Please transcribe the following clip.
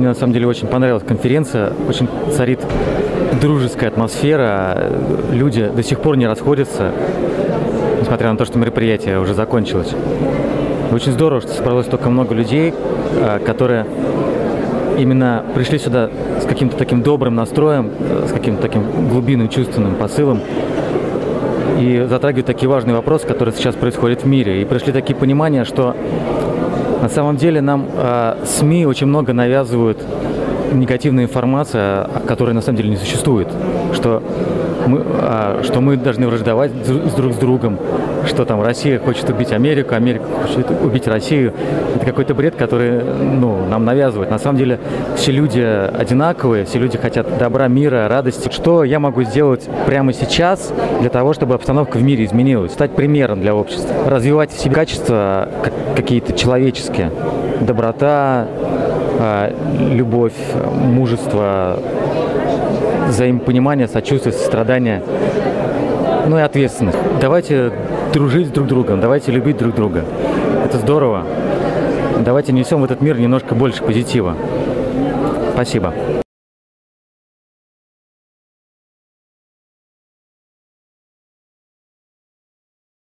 Мне на самом деле очень понравилась конференция, очень царит дружеская атмосфера, люди до сих пор не расходятся, несмотря на то, что мероприятие уже закончилось. Очень здорово, что собралось столько много людей, которые именно пришли сюда с каким-то таким добрым настроем, с каким-то таким глубинным чувственным посылом и затрагивают такие важные вопросы, которые сейчас происходят в мире. И пришли такие понимания, что на самом деле нам СМИ очень много навязывают негативной информации, которой на самом деле не существует, что мы должны враждовать друг с другом, что там Россия хочет убить Америку, Америка хочет убить Россию. Это какой-то бред, который нам навязывают. На самом деле все люди одинаковые, все люди хотят добра, мира, радости. Что я могу сделать прямо сейчас для того, чтобы обстановка в мире изменилась? Стать примером для общества, развивать в себе качества какие-то человеческие, доброта, любовь, мужество, взаимопонимание, сочувствие, сострадание, и ответственность. Давайте дружить с друг другом, давайте любить друг друга. Это здорово. Давайте несем в этот мир немножко больше позитива. Спасибо.